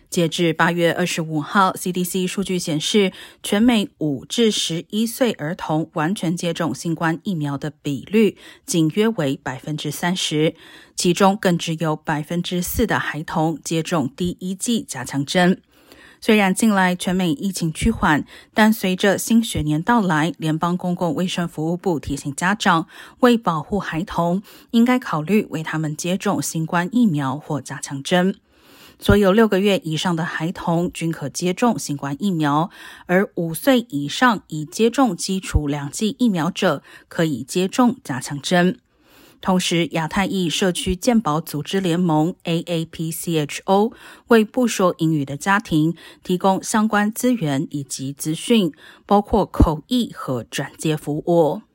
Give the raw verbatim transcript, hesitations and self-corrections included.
截至八月二十五号 C D C 数据显示，全美五至十一岁儿童完全接种新冠疫苗的比率仅约为 百分之三十， 其中更只有 百分之四 的孩童接种第一剂加强针。虽然近来全美疫情趋缓，但随着新学年到来，联邦公共卫生服务部提醒家长，为保护孩童，应该考虑为他们接种新冠疫苗或加强针。所有六个月以上的孩童均可接种新冠疫苗，而五岁以上已接种基础两剂疫苗者可以接种加强针。同时，亚太裔社区健保组织联盟 A A P C H O 为不说英语的家庭提供相关资源以及资讯，包括口译和转接服务。